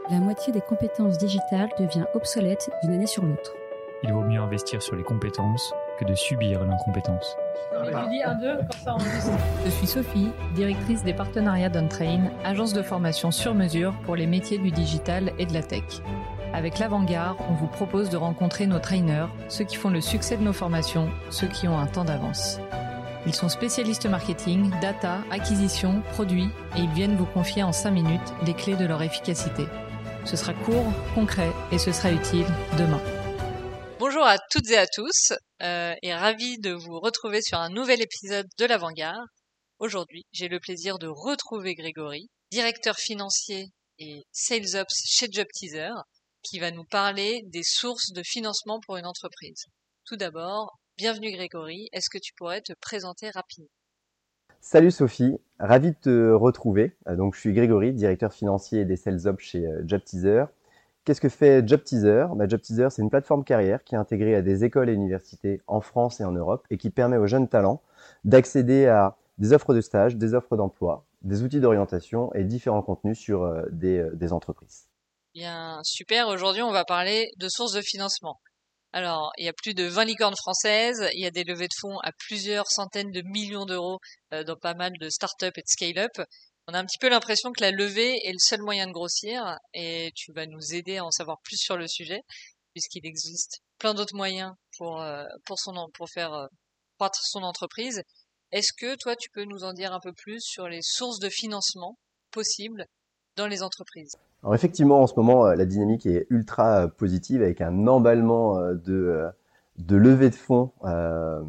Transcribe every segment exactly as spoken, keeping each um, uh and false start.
La moitié des compétences digitales devient obsolète d'une année sur l'autre. Il vaut mieux investir sur les compétences que de subir l'incompétence. Tu dis un, deux, quand ça enregistre. Je suis Sophie, directrice des partenariats d'OnTrain, agence de formation sur mesure pour les métiers du digital et de la tech. Avec l'Avant-Garde, on vous propose de rencontrer nos trainers, ceux qui font le succès de nos formations, ceux qui ont un temps d'avance. Ils sont spécialistes marketing, data, acquisition, produits et ils viennent vous confier en cinq minutes les clés de leur efficacité. Ce sera court, concret et ce sera utile demain. Bonjour à toutes et à tous euh, et ravi de vous retrouver sur un nouvel épisode de l'Avant-Garde. Aujourd'hui, j'ai le plaisir de retrouver Grégory, directeur financier et Sales Ops chez JobTeaser, qui va nous parler des sources de financement pour une entreprise. Tout d'abord, bienvenue Grégory, est-ce que tu pourrais te présenter rapidement ? Salut Sophie, ravi de te retrouver. Donc, je suis Grégory, directeur financier des Sales Ops chez JobTeaser. Qu'est-ce que fait JobTeaser ? bah, JobTeaser, c'est une plateforme carrière qui est intégrée à des écoles et universités en France et en Europe et qui permet aux jeunes talents d'accéder à des offres de stage, des offres d'emploi, des outils d'orientation et différents contenus sur des, des entreprises. Bien, super. Aujourd'hui, on va parler de sources de financement. Alors, il y a plus de vingt licornes françaises, il y a des levées de fonds à plusieurs centaines de millions d'euros euh, dans pas mal de start-up et de scale-up. On a un petit peu l'impression que la levée est le seul moyen de grossir et tu vas nous aider à en savoir plus sur le sujet puisqu'il existe plein d'autres moyens pour euh, pour son pour faire euh, croître son entreprise. Est-ce que toi tu peux nous en dire un peu plus sur les sources de financement possibles dans les entreprises ? Alors effectivement, en ce moment, la dynamique est ultra positive avec un emballement de, de levée de fonds euh,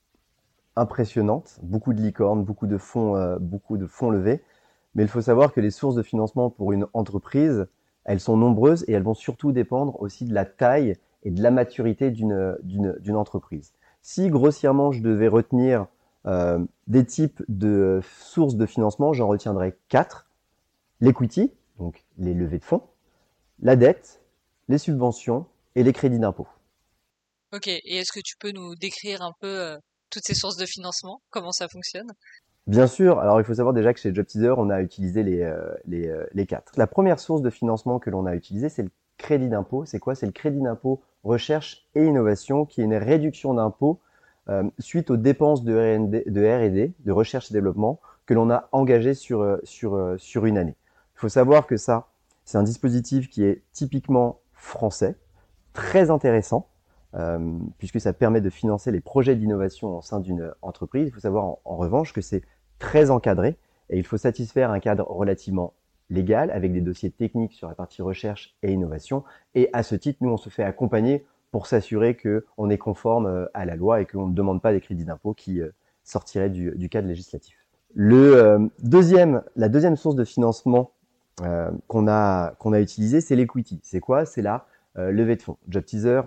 impressionnante, beaucoup de licornes, beaucoup de fonds, euh, beaucoup de fonds levés. Mais il faut savoir que les sources de financement pour une entreprise, elles sont nombreuses et elles vont surtout dépendre aussi de la taille et de la maturité d'une, d'une, d'une entreprise. Si grossièrement je devais retenir euh, des types de sources de financement, j'en retiendrai quatre. L'equity, donc les levées de fonds, la dette, les subventions et les crédits d'impôt. Ok, et est-ce que tu peux nous décrire un peu euh, toutes ces sources de financement, comment ça fonctionne ? Bien sûr, alors il faut savoir déjà que chez JobTeaser, on a utilisé les, euh, les, euh, les quatre. La première source de financement que l'on a utilisée, c'est le crédit d'impôt. C'est quoi ? C'est le crédit d'impôt recherche et innovation, qui est une réduction d'impôt euh, suite aux dépenses de R and D, de R et D, de recherche et développement, que l'on a engagées sur, sur, sur une année. Il faut savoir que ça, c'est un dispositif qui est typiquement français, très intéressant, euh, puisque ça permet de financer les projets d'innovation au sein d'une entreprise. Il faut savoir en, en revanche que c'est très encadré et il faut satisfaire un cadre relativement légal avec des dossiers techniques sur la partie recherche et innovation. Et à ce titre, nous, on se fait accompagner pour s'assurer qu'on est conforme à la loi et qu'on ne demande pas des crédits d'impôt qui euh, sortiraient du, du cadre législatif. Le, euh, deuxième, la deuxième source de financement Euh, qu'on a qu'on a utilisé, c'est l'equity. C'est quoi ? C'est la euh, levée de fonds. JobTeaser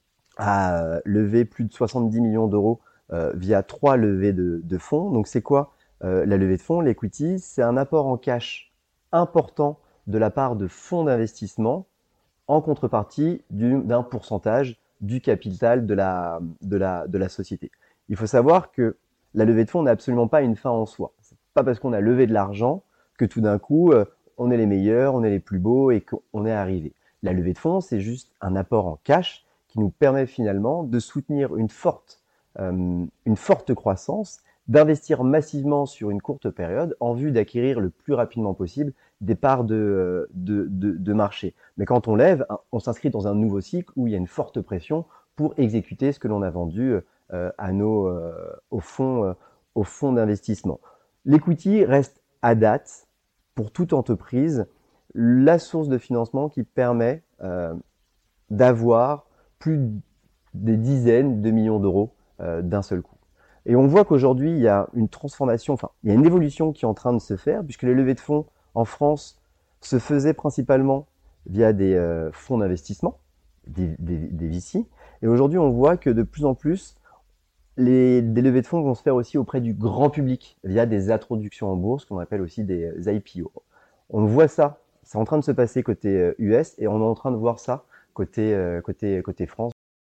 a euh, levé plus de soixante-dix millions d'euros euh, via trois levées de, de fonds. Donc c'est quoi euh, la levée de fonds ? L'equity, c'est un apport en cash important de la part de fonds d'investissement en contrepartie du, d'un pourcentage du capital de la, de, la, de la société. Il faut savoir que la levée de fonds n'est absolument pas une fin en soi. C'est pas parce qu'on a levé de l'argent que tout d'un coup euh, on est les meilleurs, on est les plus beaux et qu'on est arrivé. La levée de fonds, c'est juste un apport en cash qui nous permet finalement de soutenir une forte, euh, une forte croissance, d'investir massivement sur une courte période en vue d'acquérir le plus rapidement possible des parts de, de, de, de marché. Mais quand on lève, on s'inscrit dans un nouveau cycle où il y a une forte pression pour exécuter ce que l'on a vendu euh, à nos, euh, aux fonds, euh, aux fonds d'investissement. L'equity reste à date, pour toute entreprise, la source de financement qui permet euh, d'avoir plus des dizaines de millions d'euros euh, d'un seul coup. Et on voit qu'aujourd'hui, il y a une transformation, enfin, il y a une évolution qui est en train de se faire, puisque les levées de fonds en France se faisaient principalement via des euh, fonds d'investissement, des, des, des V C. Et aujourd'hui, on voit que de plus en plus, Les, des levées de fonds vont se faire aussi auprès du grand public via des introductions en bourse qu'on appelle aussi des I P O. On voit ça, c'est en train de se passer côté U S et on est en train de voir ça côté, côté, côté France.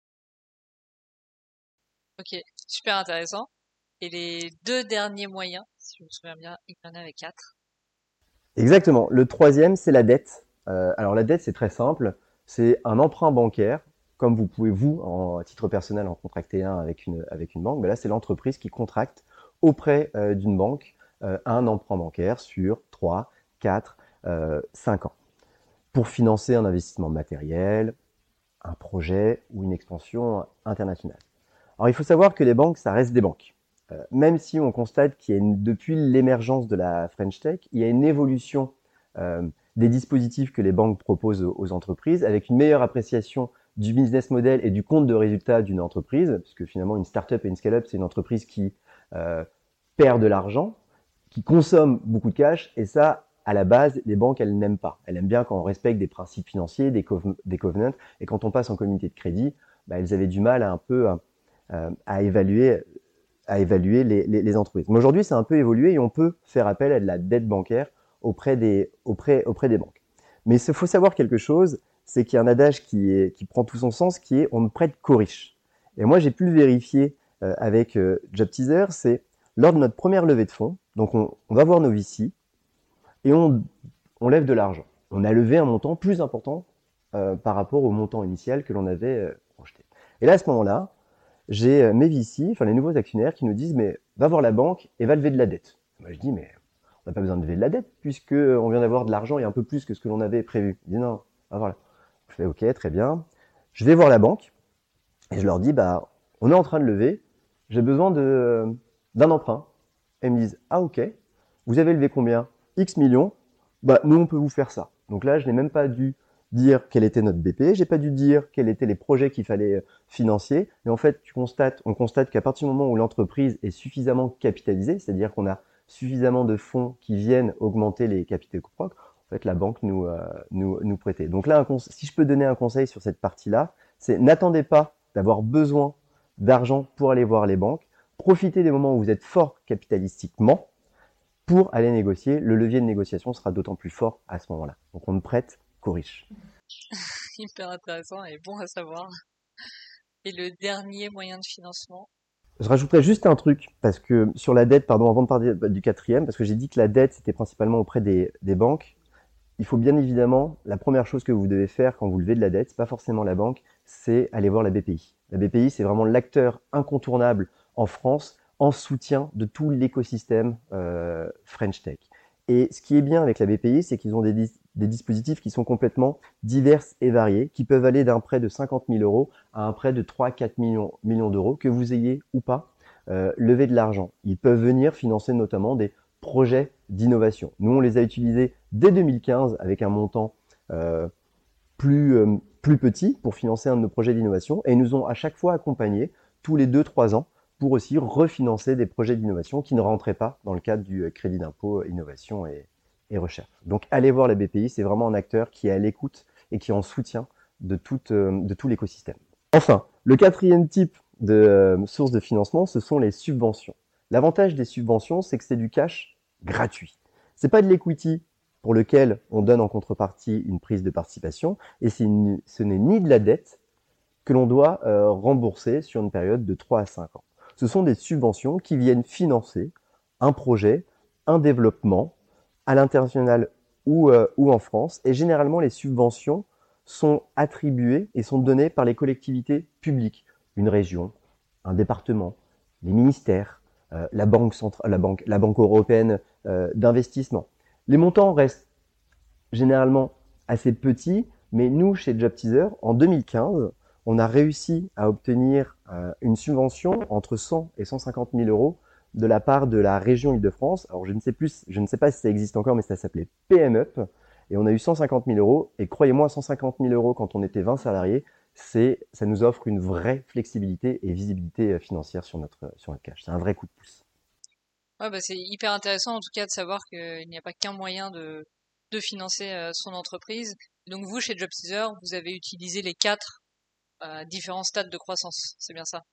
Ok, super intéressant. Et les deux derniers moyens, si je me souviens bien, il y en avait quatre. Exactement. Le troisième, c'est la dette. Euh, alors la dette, c'est très simple. C'est un emprunt bancaire, comme vous pouvez, vous, en, à titre personnel, en contracter un avec une, avec une banque. Ben là, c'est l'entreprise qui contracte auprès euh, d'une banque euh, un emprunt bancaire sur trois, quatre, cinq ans pour financer un investissement matériel, un projet ou une expansion internationale. Alors, il faut savoir que les banques, ça reste des banques. Euh, même si on constate qu'il y a une, depuis l'émergence de la French Tech, il y a une évolution euh, des dispositifs que les banques proposent aux, aux entreprises avec une meilleure appréciation du business model et du compte de résultat d'une entreprise, parce que finalement, une start-up et une scale-up, c'est une entreprise qui euh, perd de l'argent, qui consomme beaucoup de cash, et ça, à la base, les banques, elles n'aiment pas. Elles aiment bien quand on respecte des principes financiers, des, cov- des covenants, et quand on passe en communauté de crédit, bah, elles avaient du mal à un peu à, à évaluer, à évaluer les, les, les entreprises. Mais aujourd'hui, c'est un peu évolué et on peut faire appel à de la dette bancaire auprès des, auprès, auprès des banques. Mais il faut savoir quelque chose, c'est qu'il y a un adage qui, est, qui prend tout son sens, qui est « on ne prête qu'aux riches ». Et moi, j'ai pu le vérifier euh, avec euh, JobTeaser, c'est lors de notre première levée de fonds, donc on, on va voir nos V C, et on, on lève de l'argent. On a levé un montant plus important euh, par rapport au montant initial que l'on avait euh, projeté. Et là, à ce moment-là, j'ai euh, mes V C, enfin les nouveaux actionnaires, qui nous disent « mais va voir la banque et va lever de la dette ». Moi, je dis « mais on n'a pas besoin de lever de la dette puisqu'on vient d'avoir de l'argent et un peu plus que ce que l'on avait prévu ». Ils disent « non, va voir là ». Je fais « ok, très bien ». Je vais voir la banque et je leur dis « bah on est en train de lever, j'ai besoin de, d'un emprunt ». Et ils me disent « ah ok, vous avez levé combien ? X millions, bah nous on peut vous faire ça ». Donc là, je n'ai même pas dû dire quel était notre B P, j'ai pas dû dire quels étaient les projets qu'il fallait financer. Mais en fait, tu constates, on constate qu'à partir du moment où l'entreprise est suffisamment capitalisée, c'est-à-dire qu'on a suffisamment de fonds qui viennent augmenter les capitaux propres, en fait, la banque nous, euh, nous, nous prêtait. Donc là, un si je peux donner un conseil sur cette partie-là, c'est n'attendez pas d'avoir besoin d'argent pour aller voir les banques. Profitez des moments où vous êtes fort capitalistiquement pour aller négocier. Le levier de négociation sera d'autant plus fort à ce moment-là. Donc on ne prête qu'aux riches. Hyper intéressant et bon à savoir. Et le dernier moyen de financement? Je rajouterais juste un truc, parce que sur la dette, pardon, avant de parler du quatrième, parce que j'ai dit que la dette, c'était principalement auprès des, des banques. Il faut bien évidemment, la première chose que vous devez faire quand vous levez de la dette, c'est pas forcément la banque, c'est aller voir la B P I. La B P I, c'est vraiment l'acteur incontournable en France en soutien de tout l'écosystème euh, French Tech. Et ce qui est bien avec la B P I, c'est qu'ils ont des, des dispositifs qui sont complètement divers et variés, qui peuvent aller d'un prêt de cinquante mille euros à un prêt de trois à quatre millions, millions d'euros, que vous ayez ou pas euh, levé de l'argent. Ils peuvent venir financer notamment des projets d'innovation. Nous, on les a utilisés dès deux mille quinze avec un montant euh, plus, euh, plus petit pour financer un de nos projets d'innovation, et ils nous ont à chaque fois accompagnés tous les deux trois ans pour aussi refinancer des projets d'innovation qui ne rentraient pas dans le cadre du crédit d'impôt innovation et, et recherche. Donc allez voir la B P I, c'est vraiment un acteur qui est à l'écoute et qui est en soutien de tout, euh, de tout l'écosystème. Enfin, le quatrième type de euh, source de financement, ce sont les subventions. L'avantage des subventions, c'est que c'est du cash gratuit. C'est pas de l'equity pour lequel on donne en contrepartie une prise de participation, et c'est une, ce n'est ni de la dette que l'on doit euh, rembourser sur une période de trois à cinq ans. Ce sont des subventions qui viennent financer un projet, un développement à l'international ou, euh, ou en France. Et généralement, les subventions sont attribuées et sont données par les collectivités publiques, une région, un département, les ministères, euh, la banque centrale, la banque, la banque européenne euh, d'investissement. Les montants restent généralement assez petits, mais nous, chez JobTeaser, en deux mille quinze, on a réussi à obtenir euh, une subvention entre cent et cent cinquante mille euros de la part de la région Île-de-France. Alors je ne sais plus, je ne sais pas si ça existe encore, mais ça s'appelait P M Up. Et on a eu cent cinquante mille euros. Et croyez-moi, cent cinquante mille euros quand on était vingt salariés, c'est, ça nous offre une vraie flexibilité et visibilité financière sur notre, sur notre cash. C'est un vrai coup de pouce. Ouais, bah c'est hyper intéressant en tout cas de savoir qu'il n'y a pas qu'un moyen de, de financer euh, son entreprise. Donc vous, chez JobTeaser, vous avez utilisé les quatre euh, différents stades de croissance. C'est bien ça?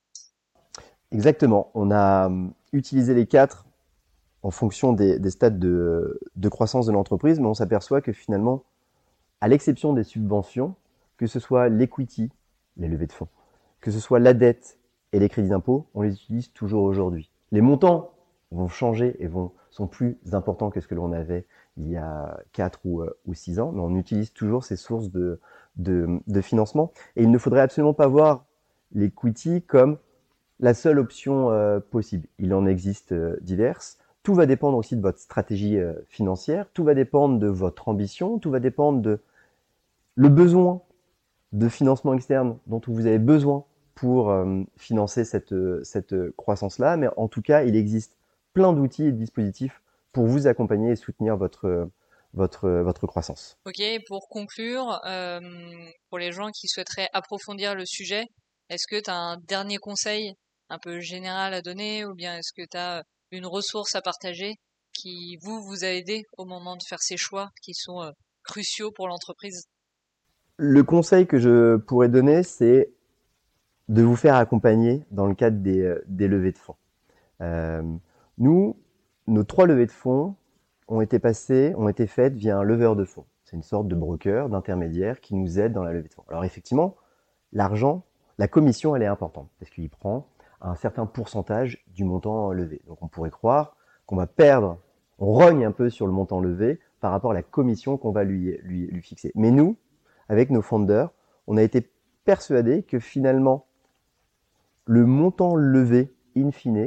Exactement. On a utilisé les quatre en fonction des, des stades de, de croissance de l'entreprise, mais on s'aperçoit que finalement, à l'exception des subventions, que ce soit l'equity, les levées de fonds, que ce soit la dette et les crédits d'impôt, on les utilise toujours aujourd'hui. Les montants vont changer et vont, sont plus importants que ce que l'on avait il y a quatre ou, euh, ou six ans, mais on utilise toujours ces sources de, de, de financement. Et il ne faudrait absolument pas voir l'equity comme la seule option euh, possible. Il en existe euh, diverses. Tout va dépendre aussi de votre stratégie euh, financière, tout va dépendre de votre ambition, tout va dépendre de le besoin de financement externe dont vous avez besoin pour euh, financer cette, cette croissance-là. Mais en tout cas, il existe plein d'outils et de dispositifs pour vous accompagner et soutenir votre, votre, votre croissance. Ok, pour conclure, euh, pour les gens qui souhaiteraient approfondir le sujet, est-ce que tu as un dernier conseil un peu général à donner ou bien est-ce que tu as une ressource à partager qui vous, vous a aidé au moment de faire ces choix qui sont euh, cruciaux pour l'entreprise? Le conseil que je pourrais donner, c'est de vous faire accompagner dans le cadre des, des levées de fonds. Euh, nous, nos trois levées de fonds ont été passées, ont été faites via un leveur de fonds. C'est une sorte de broker, d'intermédiaire qui nous aide dans la levée de fonds. Alors effectivement, l'argent, la commission, elle est importante parce qu'il prend un certain pourcentage du montant levé. Donc on pourrait croire qu'on va perdre, on rogne un peu sur le montant levé par rapport à la commission qu'on va lui, lui, lui fixer. Mais nous, avec nos founders, on a été persuadés que finalement, le montant levé, in fine,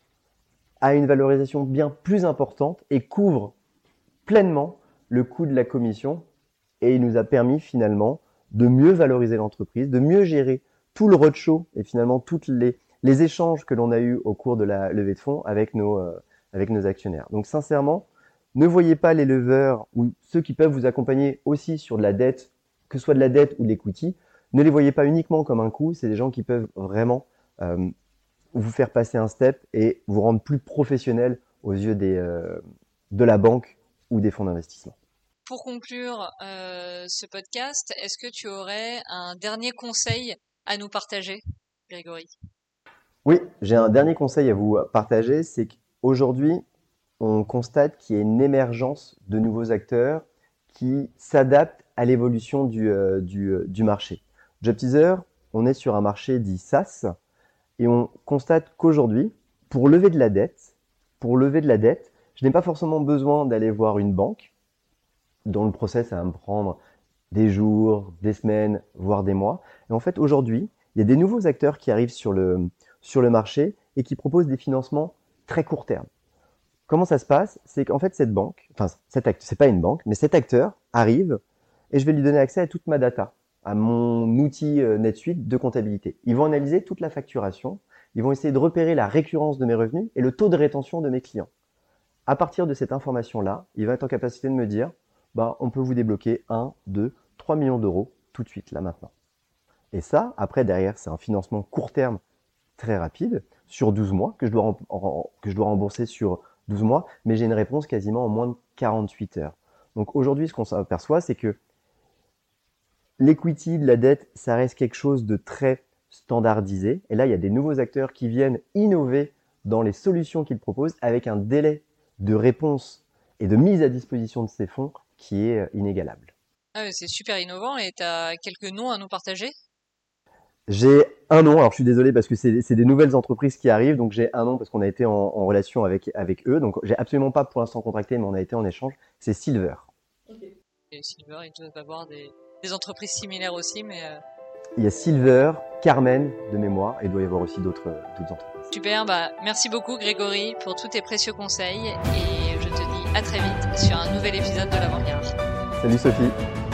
a une valorisation bien plus importante et couvre pleinement le coût de la commission et il nous a permis finalement de mieux valoriser l'entreprise, de mieux gérer tout le roadshow et finalement toutes les les échanges que l'on a eus au cours de la levée de fonds avec nos, euh, avec nos actionnaires. Donc sincèrement, ne voyez pas les leveurs ou ceux qui peuvent vous accompagner aussi sur de la dette, que ce soit de la dette ou de l'equity, ne les voyez pas uniquement comme un coût, c'est des gens qui peuvent vraiment euh, vous faire passer un step et vous rendre plus professionnel aux yeux des, euh, de la banque ou des fonds d'investissement. Pour conclure euh, ce podcast, est-ce que tu aurais un dernier conseil à nous partager, Grégory ? Oui, j'ai un dernier conseil à vous partager, c'est qu'aujourd'hui, on constate qu'il y a une émergence de nouveaux acteurs qui s'adaptent à l'évolution du, euh, du, du marché. JobTeaser, on est sur un marché dit SaaS et on constate qu'aujourd'hui, pour lever de la dette, pour lever de la dette, je n'ai pas forcément besoin d'aller voir une banque dont le process va me prendre des jours, des semaines, voire des mois. Et en fait, aujourd'hui, il y a des nouveaux acteurs qui arrivent sur le sur le marché et qui proposent des financements très court terme. Comment ça se passe? C'est qu'en fait, cette banque, enfin, cet acteur, c'est pas une banque, mais cet acteur arrive et je vais lui donner accès à toute ma data, à mon outil NetSuite de comptabilité. Ils vont analyser toute la facturation, ils vont essayer de repérer la récurrence de mes revenus et le taux de rétention de mes clients. À partir de cette information-là, il va être en capacité de me dire, bah, on peut vous débloquer un, deux, trois millions d'euros tout de suite, là, maintenant. Et ça, après, derrière, c'est un financement court terme très rapide, sur douze mois, que je dois, rem- en- que je dois rembourser sur douze mois, mais j'ai une réponse quasiment en moins de quarante-huit heures. Donc aujourd'hui, ce qu'on s'aperçoit, c'est que l'equity de la dette, ça reste quelque chose de très standardisé. Et là, il y a des nouveaux acteurs qui viennent innover dans les solutions qu'ils proposent avec un délai de réponse et de mise à disposition de ces fonds qui est inégalable. Ah, c'est super innovant et tu as quelques noms à nous partager ? J'ai un nom, alors je suis désolé parce que c'est, c'est des nouvelles entreprises qui arrivent, donc j'ai un nom parce qu'on a été en, en relation avec, avec eux, donc j'ai absolument pas pour l'instant contracté, mais on a été en échange, c'est Silver. Okay. Et Silver, ils doivent avoir des, des entreprises similaires aussi, mais... Euh... Il y a Silver, Carmen de mémoire, et il doit y avoir aussi d'autres, d'autres entreprises. Super, bah merci beaucoup Grégory pour tous tes précieux conseils, et je te dis à très vite sur un nouvel épisode de l'Avant-Garde. Salut Sophie.